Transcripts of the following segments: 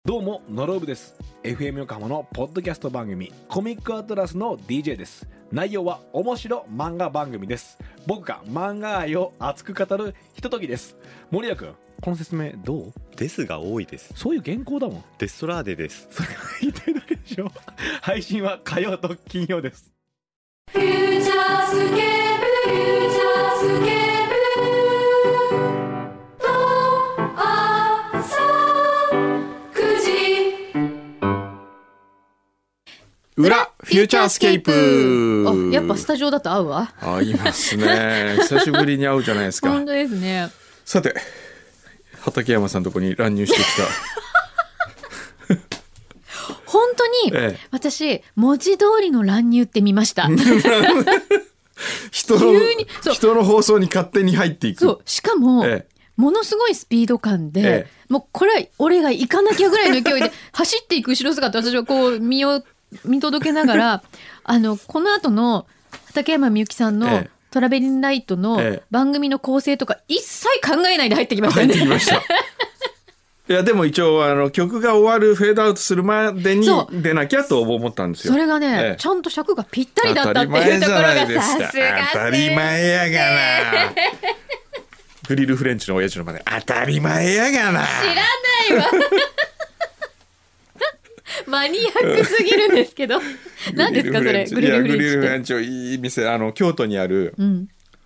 どうもノロブです。 FM 横浜のポッドキャスト番組コミックアトラスの DJ です。内容は面白漫画番組です。僕が漫画愛を熱く語るひとときです。森谷君、この説明どう？ ですが多いです。 そういう原稿だもん。 デストラーデです。 それが言いたいだけでしょ。配信は火曜と金曜です。 フューチャースケープ、フューチャースケープと朝9時裏フューチャースケープ。 あ、やっぱスタジオだと合うわ。 合いますね。久しぶりに会うじゃないですか。 本当ですね。 さて、畠山さんのとこに乱入してき本当に、 ええ私文字通りの乱入って見ました。 た人そうの放送に勝手に入っていく。 そう、しかも、 ええものすごいスピード感で、 ええもうこれは俺が行かなきゃぐらいの勢いで走っていく後ろ姿、私はこう見届けながらこの後の畠山みゆきさんの、 ええトラベリンライトのええ番組の構成とか一切考えないで入ってきましたね。 入ってきました。いやでも一応曲が終わるフェードアウトするまでにそう出なきゃと思ったんですよ。 それがね、 ええちゃんと尺がぴったりだったっていうところがさすが当たり前やがな。グリルフレンチの親父のまで当たり前やがな。 知らないわ。マニアックすぎるんですけど。何ですかそれ？グリルフレンチって。 グリルフレンチをいい店、京都にある、 うん、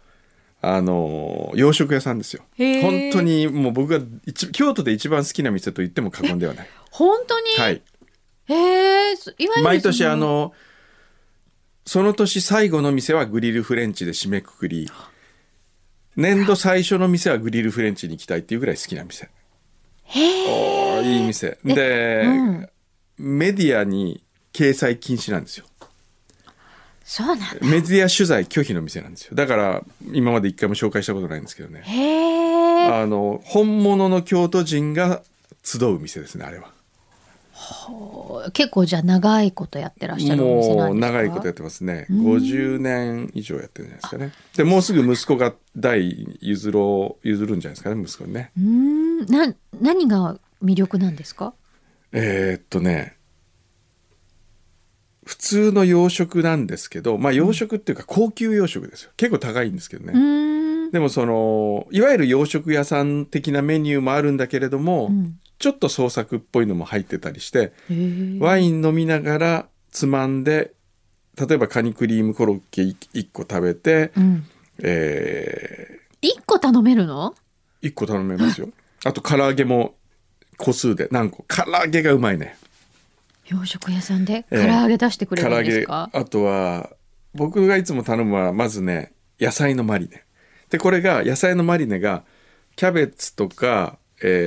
洋食屋さんですよ。 へー本当にもう僕が京都で一番好きな店と言っても過言ではない。 本当に？ はい。 へえ。いわゆる毎年その年最後の店はグリルフレンチで締めくくり、年度最初の店はグリルフレンチに行きたいっていうぐらい好きな店。 へえ。 いい店で、 うんメディアに掲載禁止なんですよ。 そうなんだ。 メディア取材拒否の店なんですよ。だから今まで一回も紹介したことないんですけどね。 へえ。 本物の京都人が集う店ですね、あれは。 結構じゃあ長いことやってらっしゃるお店なんもうですか？ 長いことやってますね。50年以上やってるんじゃないですかね。でもうすぐ息子が代譲るんじゃないですかね、息子にね。 何が魅力なんですか？ 普通の洋食なんですけど、まあ洋食っていうか高級洋食ですよ。結構高いんですけどね。でもいわゆる洋食屋さん的なメニューもあるんだけれども、ちょっと創作っぽいのも入ってたりして、ワイン飲みながらつまんで、例えばカニクリームコロッケ1個食べて、 1個頼めるの 1個頼めますよ。あと唐揚げも個数で何個。唐揚げがうまいね。 洋食屋さんで唐揚げ出してくれるんですか？ あとは僕がいつも頼むのはまずね、野菜のマリネで、これが野菜のマリネがキャベツとか、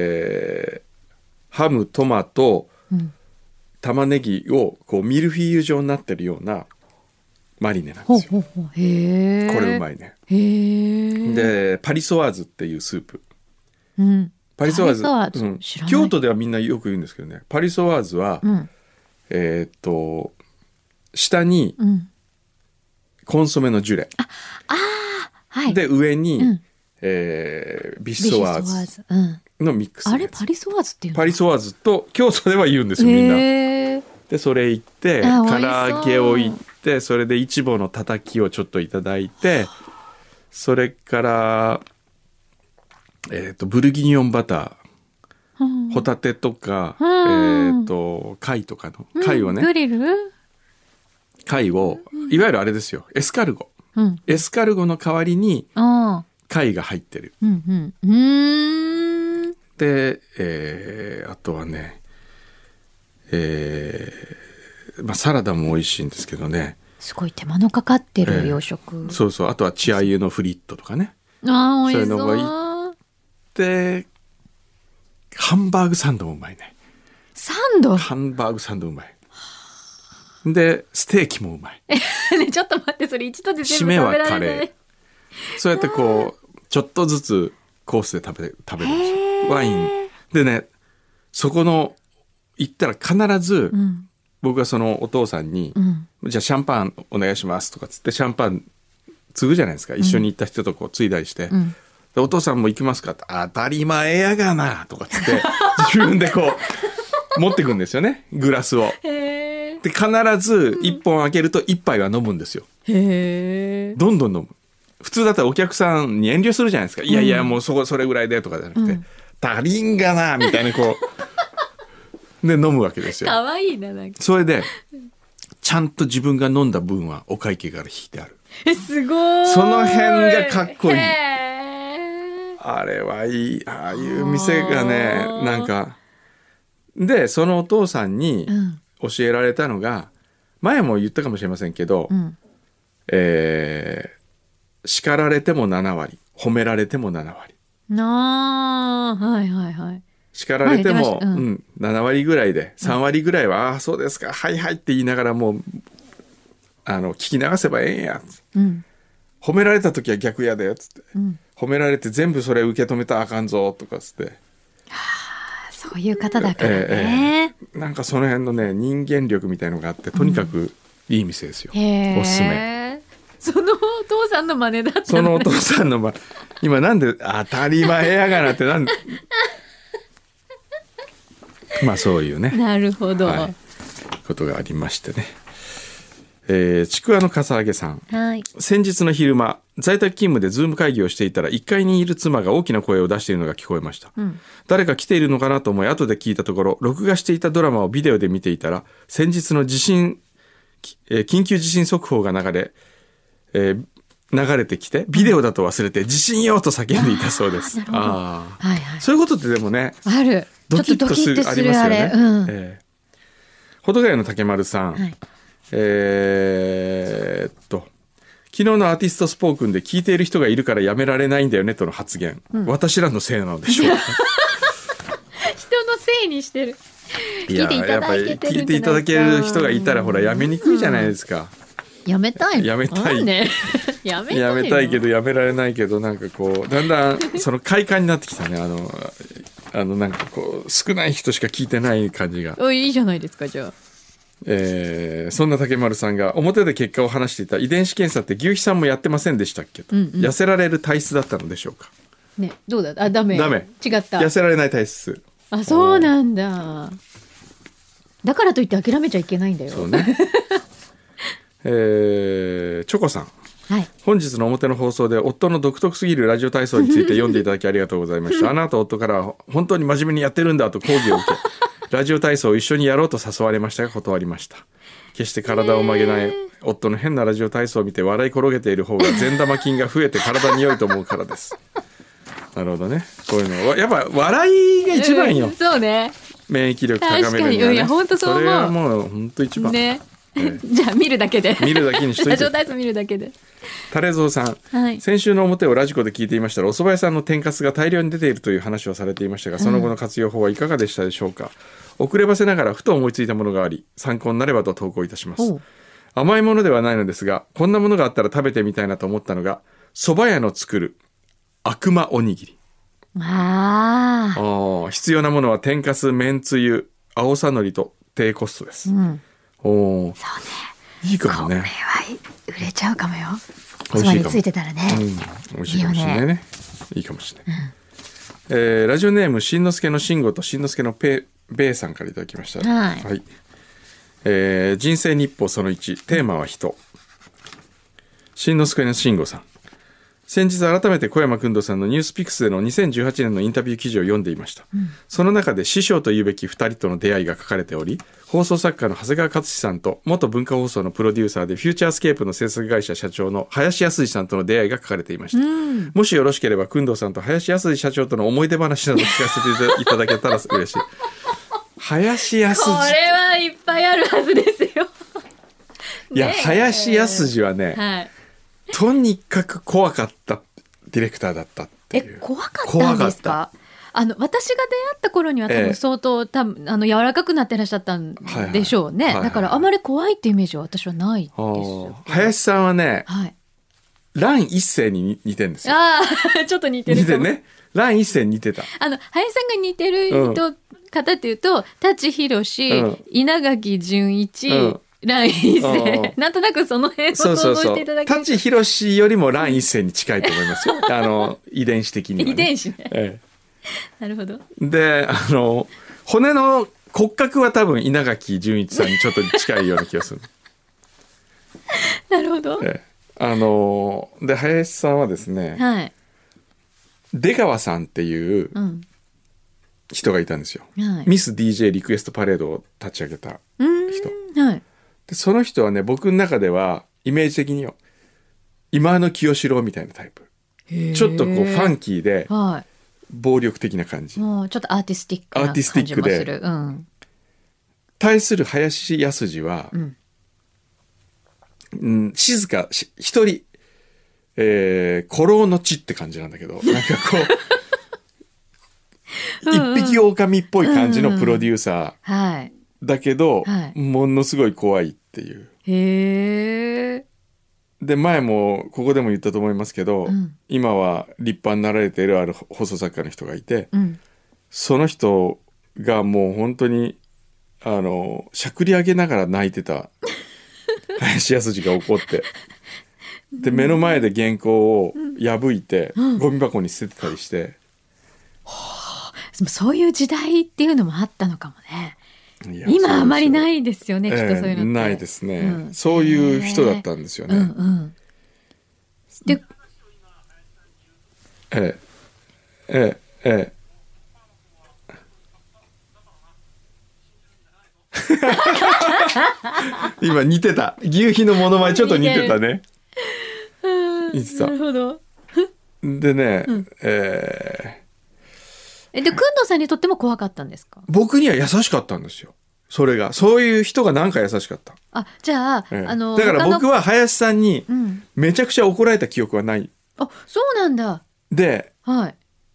ハム、トマト、玉ねぎをこうミルフィーユ状になってるようなマリネなんですよ。 へー。 これうまいね。 へー。 でパリソワーズっていうスープ、パリソワーズ、 知らない。 京都ではみんなよく言うんですけどね、パリソワーズは、下にコンソメのジュレ、 はい、 で上に、ビシソワーズのミックス、 あれパリソワーズっていうの？ パリソワーズと京都では言うんですよ、みんな。でそれ行って唐揚げを行って、それでイチボのたたきをちょっといただいて、それからブルギニオンバター、ホタテとか、貝とかの貝をね、 グリル貝をいわゆるあれですよ、エスカルゴ、エスカルゴの代わりに貝が入ってる。で、あとはね、サラダも美味しいんですけどね。 すごい手間のかかってる洋食。 そうそう。あとはチアユのフリットとかね。 美味しそう。 そういうのがいってハンバーグサンドもうまいね。 サンド？ ハンバーグサンドうまい。でステーキもうまい。 ね、ちょっと待って、それ一度で全締め部食べらはカレれない。 ー。そうやってこうちょっとずつコースで食べるんですよ。ワインでね、そこの行ったら必ず、僕はそのお父さんに、じゃあシャンパンお願いしますとかつってシャンパン継ぐじゃないですか、一緒に行った人とこう継いだりして、でお父さんも行きますかって、当たり前やがなとかつって自分でこう持ってくんですよね、グラスを。 へえ。 で必ず1本開けると1杯は飲むんですよ。 へえ。 どんどん飲む。普通だったらお客さんに遠慮するじゃないですか。いやいやもうそれぐらいでとかじゃなくて、足りんがなみたいなこうで飲むわけですよ。 かわいいな、なんか。 それでちゃんと自分が飲んだ分はお会計から引いてある。 すごい。 その辺がかっこいい。 へー。 あれはいい、ああいう店がね、なんかでそのお父さんに教えられたのが、前も言ったかもしれませんけど、叱られても7割、褒められても7割。 なあ、はいはいはい。 叱られても、 はい言ってました 7割ぐらいで、3割ぐらいは、ああそうですか、はいはいって言いながらもう聞き流せばええんや、褒められた時は逆やでつって、褒められて全部それ受け止めたらあかんぞとかつって、 そういう方だからね。 なんかその辺のね人間力みたいのがあって、とにかくいい店ですよ、おすすめ。 そのお父さんの真似だったのね。 そのお父さんの今なんで当たり前やがなってなんでまあそういうね、 なるほど、 はい、ことがありましてね。ちくわのかさあげさん、 はい、 先日の昼間在宅勤務でズーム会議をしていたら1階にいる妻が大きな声を出しているのが聞こえました、誰か来ているのかなと思い後で聞いたところ、録画していたドラマをビデオで見ていたら先日の緊急地震速報が流れてきて、ビデオだと忘れて地震よと叫んでいたそうです。 はいはい、 そういうことってでもね、 ある、 ドキッとするありますよね。保土ヶ谷の竹丸さん、はい、昨日のアーティストスポークンで聞いている人がいるからやめられないんだよねとの発言、私らのせいなのでしょうか。 人のせいにしてる。 聞いていただけてるんじゃないですか。聞いていただける人がいたらほらやめにくいじゃないですか。 やめたい。 やめたい。 ね、やめたいけどやめられないけど、なんかこうだんだんその快感になってきたね。なんかこう少ない人しか聞いてない感じが。 いいじゃないですか、じゃあ。 そんな竹丸さんが表で結果を話していた遺伝子検査って牛肥さんもやってませんでしたっけと、痩せられる体質だったのでしょうか。 ね、どうだ。ダメ違った。 痩せられない体質。 そうなんだ。だからといって諦めちゃいけないんだよ。 そうね。チョコさん、はい、本日の表の放送で夫の独特すぎるラジオ体操について読んでいただきありがとうございました。あなた夫から本当に真面目にやってるんだと抗議を受けラジオ体操を一緒にやろうと誘われましたが断りました。決して体を曲げない夫の変なラジオ体操を見て笑い転げている方が善玉菌が増えて体に良いと思うからです。なるほどね。こういうのはやっぱ笑いが一番よ、 そうね、 免疫力高めるにはね。確かに、 いや本当そう思う。 それはもう本当一番ね。じゃあ見るだけで見るだけにしといて。 ラジオ体操見るだけで。 タレゾウさん、はい、先週の表をラジコで聞いていましたらお蕎麦屋さんの天かすが大量に出ているという話をされていましたが、その後の活用法はいかがでしたでしょうか。遅ればせながらふと思いついたものがあり参考になればと投稿いたします。甘いものではないのですがこんなものがあったら食べてみたいなと思ったのが蕎麦屋の作る悪魔おにぎり。必要なものは天かす、めんつゆ、青さのりと低コストです、そうね、いいかもね。 これは売れちゃうかもよ。お蕎麦についてたらね、 美味しいかもしれないね。いいかもしれない、ラジオネームしんのすけのしんごとしんのすけのベイさんからいただきました。はい、人生日報その1、テーマは人。しんのすけのしんごさん、先日改めて小山君堂さんのニュースピックスでの2018年のインタビュー記事を読んでいました、その中で師匠というべき2人との出会いが書かれており、放送作家の長谷川勝志さんと元文化放送のプロデューサーでフューチャースケープの制作会社社長の林康二さんとの出会いが書かれていました、もしよろしければ君堂さんと林康二社長との思い出話など聞かせていただけたら嬉しい。林康二、 これはいっぱいあるはずですよ。 いや林康二はね、はい、とにかく怖かったディレクターだったっていう。 怖かったんですか。私が出会った頃には多分相当、柔らかくなってらっしゃったんでしょうね、だからあまり怖いってイメージは私はないですよ。 林さんはね、蘭一世に似てるんですよ。 ちょっと似てる。 似てね。蘭一世に似てた。 林さんが似てる方っていうと舘ひろし、稲垣潤一、蘭一世、なんとなくその辺を想像していただける。 舘ひろしよりも蘭一世に近いと思いますよ。遺伝子的には、ね。 遺伝子ね。なるほど。 で骨の骨格は多分稲垣潤一さんにちょっと近いような気がする。 なるほど。 で林さんはですね、 はい。 出川さんっていううん。 人がいたんですよ。 はい。 ミス DJ リクエストパレードを立ち上げた人。 はい。 でその人はね、僕の中ではイメージ的によ、今の清志郎みたいなタイプ。ちょっとこうファンキーでは暴力的な感じ。 い。もうちょっとアーティスティックなアーティスティックで感じもする。うん。 対する林康二は、静か一人、古老の地って感じなんだけど、なんかこう一匹狼っぽい感じのプロデューサはい。 ーだけど、 はいものすごい怖いっていう。 へえ。 で前もここでも言ったと思いますけど、 うん今は立派になられているある放送作家の人がいて、 うん。 その人がもう本当にしゃくり上げながら泣いてた林康二が怒ってで目の前で原稿を破いて、ゴミ箱に捨ててたりして、 そういう時代っていうのもあったのかもね。 いや今あまりいないですよね、きっとそういうのって。 ないですね、 うんそういう人だったんですよね、 うんうん。で、 ええええ今似てた、牛皮のモノマネちょっと似てたね。似てたなるほど。 でね、 で、くんどさんにとっても怖かったんですか？ 僕には優しかったんですよ。それがそういう人がなんか優しかった、 あ、じゃあ、 だから僕は林さんにうん。 めちゃくちゃ怒られた記憶はない。 あ、そうなんだ。 ではい。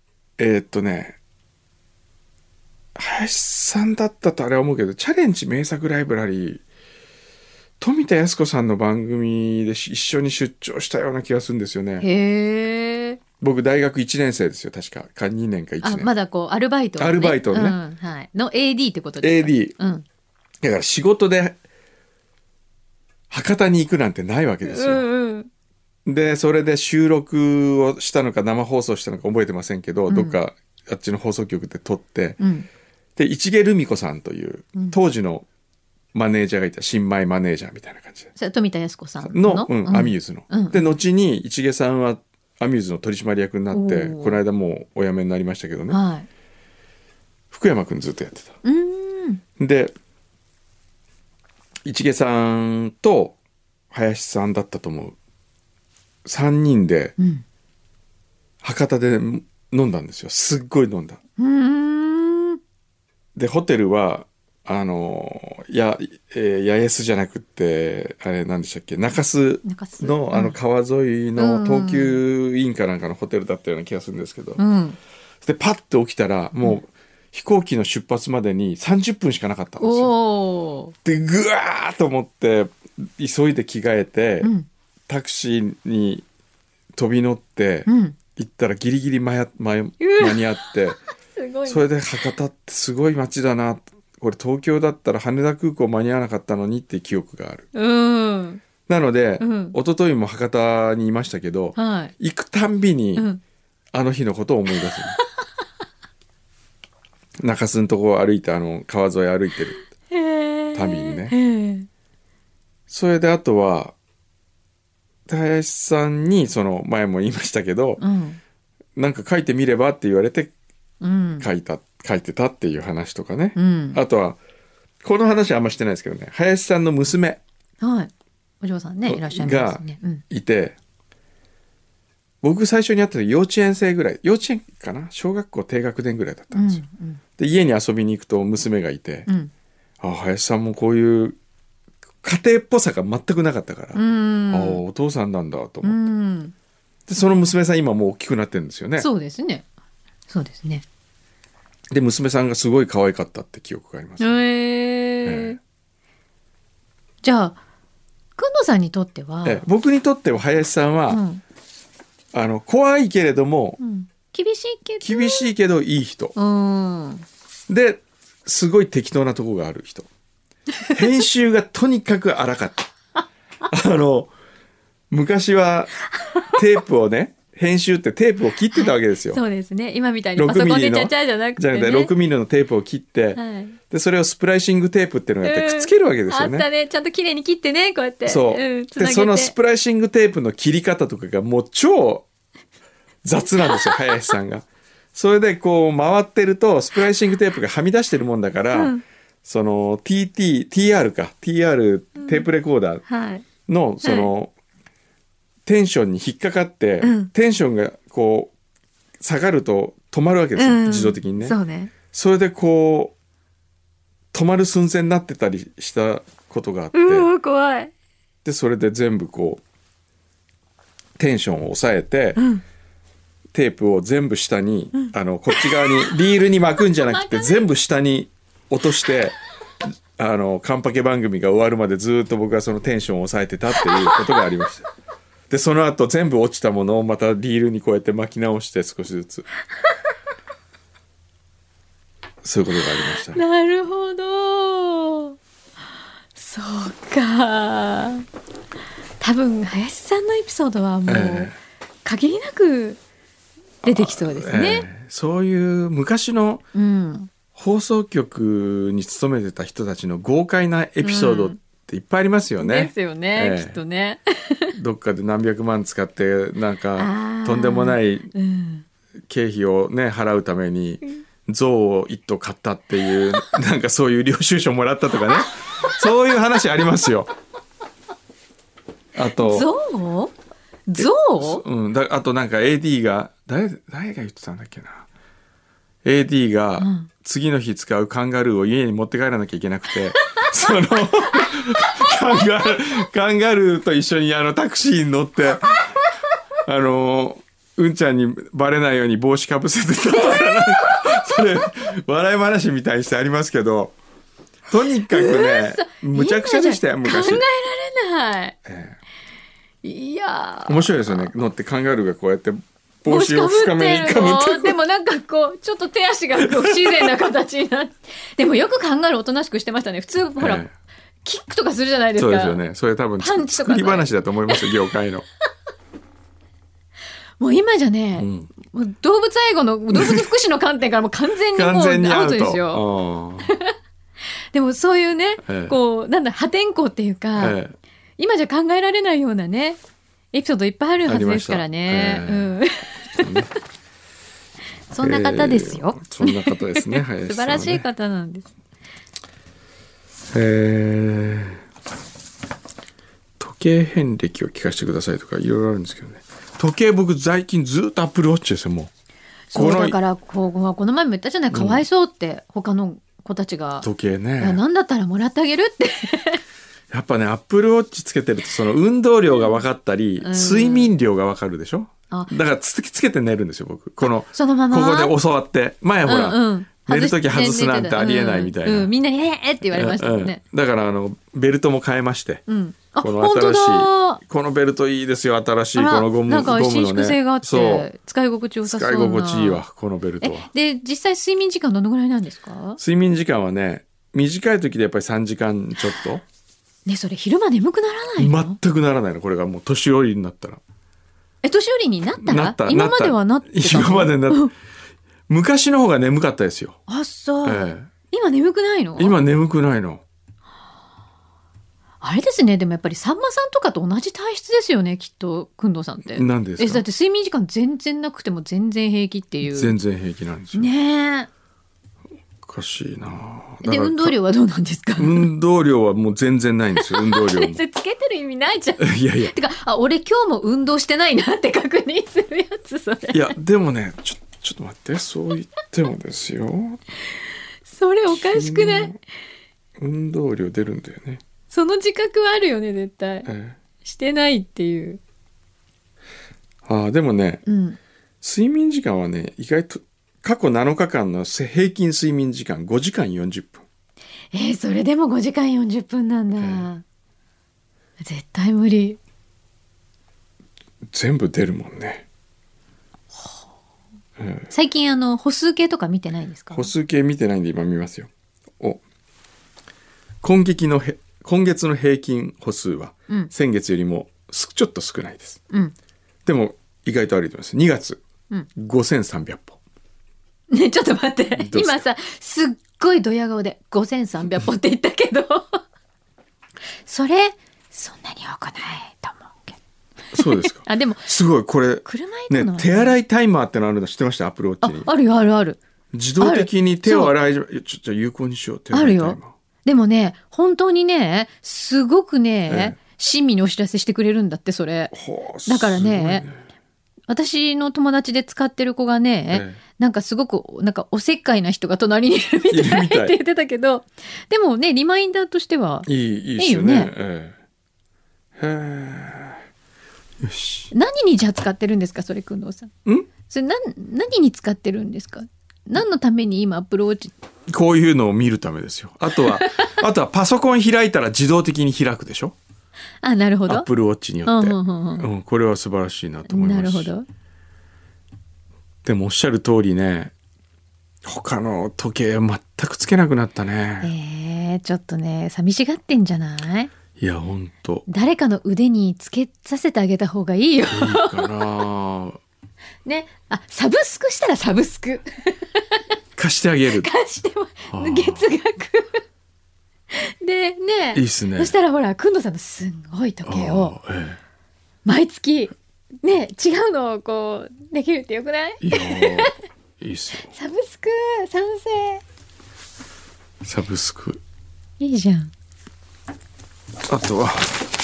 林さんだったとあれは思うけど、チャレンジ名作ライブラリー富田靖子さんの番組で一緒に出張したような気がするんですよね。 へえ。 僕大学1年生ですよ、確か2年か1 あ、 年。 まだこう、アルバイト、ね。 アルバイトねうん、はい。の AD ってことですか？ AD うん。 だから仕事で博多に行くなんてないわけですよ、 うんうん。 でそれで収録をしたのか生放送したのか覚えてませんけど、 うんどっかあっちの放送局で撮って、 うん。 で市毛留美子さんといううん当時のマネージャーがいた、新米マネージャーみたいな感じでそれ富田靖子さんの、 の、 アミューズの、 うんで後に市毛さんはアミューズの取締役になっておーこの間もうお辞めになりましたけどね、 はい。 福山くんずっとやってた。 うーん。 で市毛さんと林さんだったと思う、3人でうん。 博多で飲んだんですよ。すっごい飲んだ。 うーん。 でホテルは八重洲じゃなくってあれ何でしたっけ、中洲中洲のうん川沿いの東急インかなんかのホテルだったような気がするんですけど、 うん。 でパッと起きたらもう飛行機の出発までに30分しかなかったんですよ。 おー。 でぐわーっと思って急いで着替えて、 うん。 タクシーに飛び乗ってうん。 行ったらギリギリ間に合ってすごい。 それで博多ってすごい街だな、これ東京だったら羽田空港間に合わなかったのにって記憶がある。 うん。 なので、 うん一昨日も博多にいましたけど、 はい。 行くたんびに、 うん。 あの日のことを思い出す中洲のとこを歩いて川沿い歩いてるへー旅にね。 へーそれであとは林さんにその前も言いましたけど、 うん。 なんか書いてみればって言われてうん。 書いてたっていう話とかね、 うん。 あとはこの話はあんましてないですけどね、林さんの娘はい。お嬢さんね、いらっしゃいますね。うん。 いて、僕最初に会った時幼稚園生ぐらい、幼稚園かな、小学校低学年ぐらいだったんですよ、 うん。 で家に遊びに行くと娘がいて、 うん。 林さんもこういう家庭っぽさが全くなかったから、 うん。 お父さんなんだとう思って、 ん。 でその娘さん今もう大きくなってるんですよね。 そうですね。そうですね。 で娘さんがすごい可愛かったって記憶があります、えじゃあ、くんのさんにとっては、 僕にとっては林さんは、 うん怖いけれどもうん、厳しいけど。 厳しいけどいい人うん。 ですごい適当なとこがある人。編集がとにかく荒かった。昔はテープをね編集ってテープを切ってたわけですよ。 そうですね。今みたいにパソコンでちゃちゃじゃなくてね。 6ミリのテープを切って、 はい、 でそれをスプライシングテープっていうのをやってくっつけるわけですよね。 あったね。ちゃんと綺麗に切ってね、こうやって。 そう。でそのスプライシングテープの切り方とかがもう超雑なんですよ、林さんが。それでこう回ってるとスプライシングテープがはみ出してるもんだから、その TR テープレコーダーのその、テンションに引っかかって、テンションがこう下がると止まるわけですよ、自動的にね。 そうね。 それでこう止まる寸前になってたりしたことがあって、 怖い。 でそれで全部こうテンションを抑えて、テープを全部下に、こっち側にリールに巻くんじゃなくて全部下に落としてカンパケ番組が終わるまでずっと僕はそのテンションを抑えてたっていうことがありました。でその後全部落ちたものをまたリールにこうやって巻き直して少しずつそういうことがありましたね。 なるほど。そうか。多分林さんのエピソードはもう限りなく出てきそうですね。 そういう昔の放送局に勤めてた人たちの豪快なエピソードっていっぱいありますよね。 ですよね、きっとね。 どっかで何百万使ってなんかとんでもない経費をね払うために象を一頭買ったっていうなんかそういう領収書もらったとかねそういう話ありますよ。あと象？ あとなんか AD が誰が言ってたんだっけな。AD が次の日使うカンガルーを家に持って帰らなきゃいけなくてそのカンガルーと一緒にタクシーに乗ってうんちゃんにバレないように帽子かぶせてたとかそれ笑い話みたいにしてありますけど、とにかくねむちゃくちゃでしたよ昔。 考えられない、いや面白いですよね。乗ってカンガルーがこうやって帽子を深めにかぶってでもなんかこうちょっと手足がこう不自然な形になってでもよくカンガルーおとなしくしてましたね。普通ほら、キックとかするじゃないですか。 そうですよね。それ多分作り話だと思いますよ業界のもう今じゃね、もう動物愛護の動物福祉の観点からもう完全にもうアウトですよでもそういうね、こうなんだ破天荒っていうか、今じゃ考えられないようなねエピソードいっぱいあるはずですからね。そんな方ですよ。 そんな方ですね。 素晴らしい方なんです。 時計遍歴を聞かせてくださいとかいろいろあるんですけどね。時計僕最近ずっとアップルウォッチですよもう。 そうだからこの前も言ったじゃない、かわいそうって、他の子たちが時計ね。 なんだったらもらってあげるってやっぱねアップルウォッチつけてるとその運動量が分かったり、睡眠量が分かるでしょ。だからつけて寝るんですよ僕。そのままここで教わって前ほら、寝るとき外すなんてありえないみたいな、 みんなにって言われましたもんね、 だからベルトも変えまして、この新しいこのベルトいいですよ。新しいこのゴムのね、 なんか伸縮性があって使い心地よさそうな。 使い心地いいわこのベルトは。 で実際睡眠時間どのぐらいなんですか？ 睡眠時間はね短い時でやっぱり3時間ちょっとね。それ昼間眠くならないの？ 全くならないの。これがもう年寄りになったら。 年寄りになったら？今まではなってたの？ 今までなって昔の方が眠かったですよ。 あ、そう、今眠くないの？ 今眠くないの。 あれですね。でもやっぱりさんまさんとかと同じ体質ですよねきっと。工藤さんって何ですか？ だって睡眠時間全然なくても全然平気っていう。 全然平気なんですよね。 おかしいな。 で運動量はどうなんですか？ 運動量はもう全然ないんですよ運動量もつけてる意味ないじゃん。 いやいやてか俺今日も運動してないなって確認するやつそれ。 いやでもねちょっと待って、そう言ってもですよそれおかしくない？ 運動量出るんだよね。 その自覚はあるよね絶対、してないっていう。 でもね、睡眠時間はね意外と過去7日間の平均睡眠時間5時間40分。 それでも5時間40分なんだ、絶対無理。 全部出るもんね。 最近歩数計とか見てないんですか？ 歩数計見てないんで今見ますよ。今月の平均歩数は先月よりもちょっと少ないです、でも意外と歩いてます。2月、5300歩。 ね、ちょっと待って。今さ、すっごいドヤ顔で5300歩って言ったけど、それ、そんなに多くないと思うけど。 そうですか。 あ、でも、 すごい、これ、ね、手洗いタイマーってのあるの知ってました？アップルウォッチに。 あるよ、あるある。 自動的に手を洗い、ちょっと有効にしよう。手洗いタイマー。 あるよ。でもね、本当にね、すごくね、親身にお知らせしてくれるんだって、それ。だからね、私の友達で使ってる子がね、なんかすごく、なんかおせっかいな人が隣にいるみたいって言ってたけど、でもね、リマインダーとしては、 いいよね。よし。 何にじゃあ使ってるんですか、それ、くんどうさん。それ何に使ってるんですか？何のために今アップルウォッチ？ こういうのを見るためですよ。あとはパソコン開いたら自動的に開くでしょ。 あ、なるほど。 アップルウォッチによって、これは素晴らしいなと思います。なるほど。でもおっしゃる通りね、他の時計は全くつけなくなったね。 ちょっとね、寂しがってんじゃない？ いや、ほんと。 誰かの腕につけさせてあげた方がいいよ。 いいかな。 ね、サブスクしたらサブスク。 貸してあげる。 貸しても、月額。で、ね。 いいっすね。 そしたらほら、くんどさんのすんごい時計を、毎月、ね、違うのをこう、できるってよくない？ いや、いいっすよ。 サブスク、賛成。サブスク。 いいじゃん。 あとは、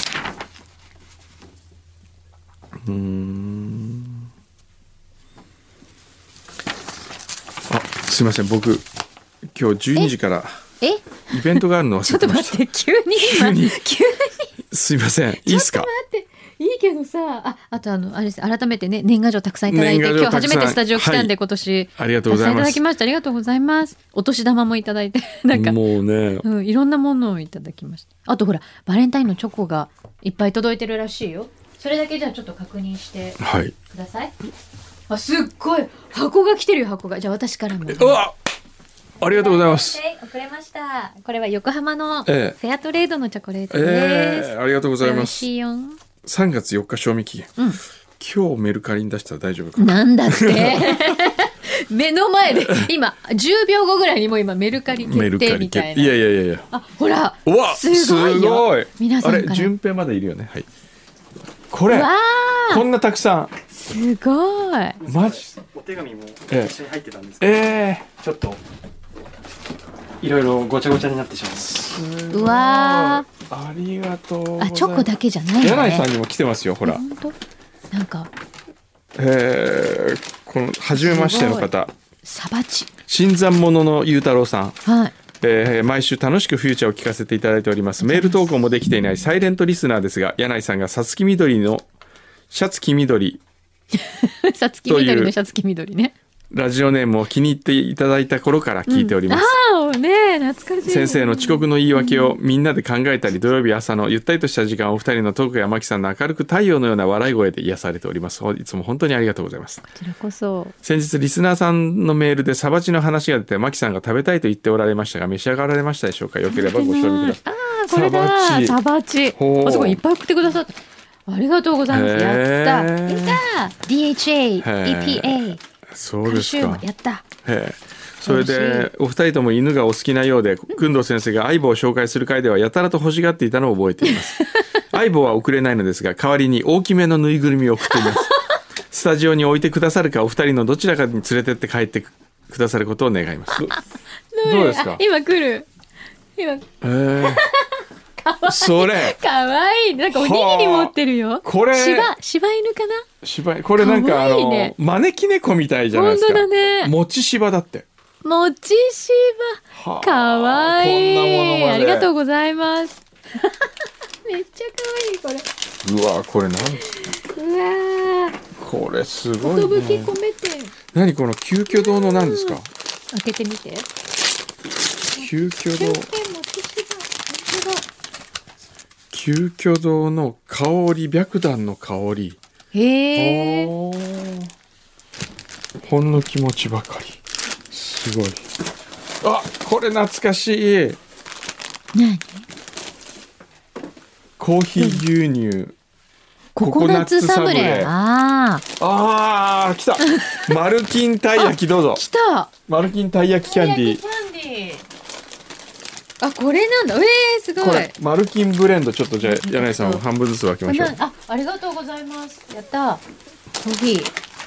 すいません、僕今日12時からイベントがあるの忘れてました。 ちょっと待って、急にすいません、いいっすか？ ちょっと待って、いいけどさ、あとあれです、改めてね、年賀状たくさんいただいて、今日初めてスタジオ来たんで、今年ありがとうございます。 いただきました。ありがとうございます。お年玉もいただいて、なんかもうね、 いろんなものをいただきました。あとほら、バレンタインのチョコがいっぱい届いてるらしいよ。それだけじゃあちょっと確認してください。あ、すっごい箱が来てるよ、箱が。じゃあ私からも。 うわ、ありがとうございます。 遅れました。これは横浜のフェアトレードのチョコレートです。 ありがとうございます。 美味しいよ。 3月4日賞味期限。今日メルカリに出したら大丈夫かな。 なんだって。目の前で今10秒後ぐらいにもう今メルカリ決定みたいな。 いや。 あ、ほら。 うわ、すごい。 皆さんから。 あれ、順平まだいるよね。はい。これ、こんなたくさん。 すごい。 マジ。 お手紙も一緒に入ってたんですけど、ちょっといろいろごちゃごちゃになってしまいます。 うわー、ありがとうございます。 あ、チョコだけじゃないね。 柳井さんにも来てますよ、ほら。 本当？なんかこの初めましての方、 サバチ新参者のゆうたろうさん。 はい。 毎週楽しくフューチャーを聞かせていただいております。メール投稿もできていないサイレントリスナーですが、柳井さんがさつき緑のシャツ黄緑さつき緑のシャツ黄緑ね、 ラジオネームを気に入っていただいた頃から聞いております。 ああね、懐かしい。 先生の遅刻の言い訳をみんなで考えたり、土曜日朝のゆったりとした時間、お二人のトークやマキさんの明るく太陽のような笑い声で癒されております。いつも本当にありがとうございます。 こちらこそ。 先日リスナーさんのメールでサバチの話が出て、マキさんが食べたいと言っておられましたが、召し上がられましたでしょうか？よければご賞味ください。 ああ、これだ、サバチ。あそこいっぱい送ってくださって、ありがとうございます。やった。DHA、EPA。 そうですか。 やった。 それでお二人とも犬がお好きなようで、工藤先生が相棒を紹介する回ではやたらと欲しがっていたのを覚えています。相棒は送れないのですが、代わりに大きめのぬいぐるみを送っています。スタジオに置いてくださるか、お二人のどちらかに連れてって帰ってくださることを願います。どうですか？ 今来る。今。 それかわいい。なんかおにぎり持ってるよ。 これ柴犬かな。 これなんか招き猫みたいじゃないですか。 本当だね。 もち柴だって。 もち柴。かわいい。こんなものまで。ありがとうございます。めっちゃかわいいこれ。 うわ、これなん。 うわ。 これすごいね。 寿込めて。 何この究極堂の何ですか？ 開けてみて。 究極堂。究極堂の香り、白檀の香り。 へえ。 ほんの気持ちばかり。すごい。あ、これ懐かしい。 何？ コーヒー牛乳。 ココナッツサブレ。ああ来たマルキンたい焼きどうぞ。 来た。 マルキンたい焼きキャンディー。 あ、これなんだ。すごい。 これマルキンブレンド。ちょっとじゃあ柳井さん半分ずつ分けましょう。 ありがとうございます。やった。コー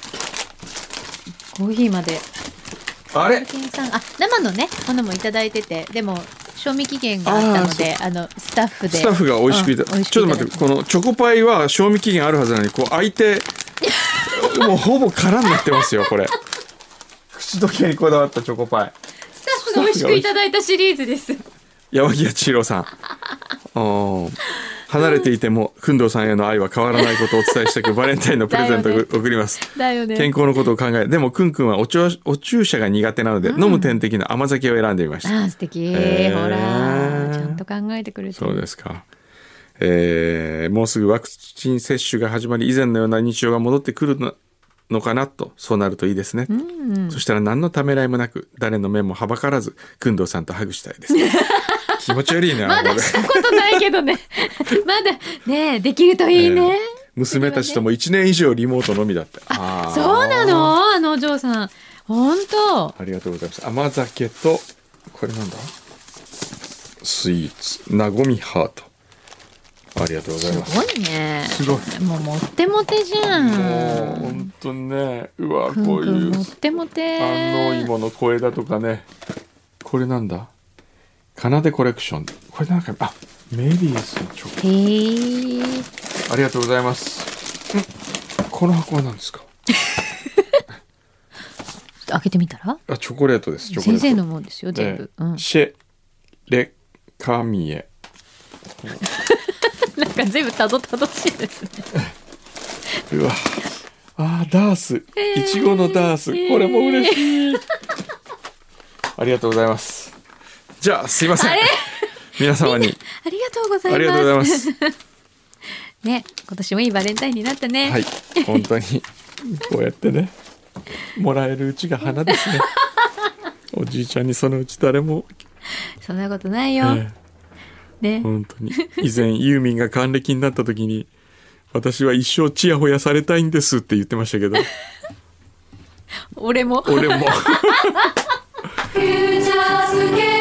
ヒーまで。 あれ生のねものもいただいてて、でも賞味期限があったのでスタッフが美味しくいただいて、 ちょっと待って、このチョコパイは賞味期限あるはずなのにこう開いてもうほぼ空になってますよこれ。口どけにこだわったチョコパイ。 スタッフが美味しくいただいたシリーズです。 山際千尋さん離れていても工藤さんへの愛は変わらないことをお伝えしたくバレンタインのプレゼントを送ります。 だよね。 健康のことを考え、でもくんくんはお注射が苦手なので、飲む点滴の甘酒を選んでみました。 素敵、ほらちゃんと考えてくれてる。 そうですか。もうすぐワクチン接種が始まり、以前のような日常が戻ってくるのかなと。そうなるといいですね。そしたら何のためらいもなく、誰の目もはばからず工藤さんとハグしたいです気持ち悪いな。 まだしたことないけどねまだねできるといいね。 娘たちとも1年以上リモートのみだって。 そうなのお嬢さん。本当。 ありがとうございます。甘酒とこれなんだ、スイーツなごみハート。ありがとうございます。 すごいね。 すごい。 もうもってもてじゃん。 もう本当にね。うわ、こういうもってもて。 安納芋の小枝とかね。これなんだ、かなでコレクション。これなんかメリーズのチョコ。ありがとうございます。この箱は何ですか開けてみたら。 チョコレートです。チョコレート先生のもんですよ全部、 シェレカミエなんか全部たどたどしいですねうわダース、いちごのダース、これも嬉しいありがとうございます。じゃあすいません皆様にありがとうございます。 ありがとうございますね、今年もいいバレンタインになったね。 はい、本当にこうやってねもらえるうちが花ですねおじいちゃんにそのうち誰もそんなことないよ、ね、 本当に以前ユーミンが還暦になった時に私は一生チヤホヤされたいんですって言ってましたけど俺もフューチャースケープ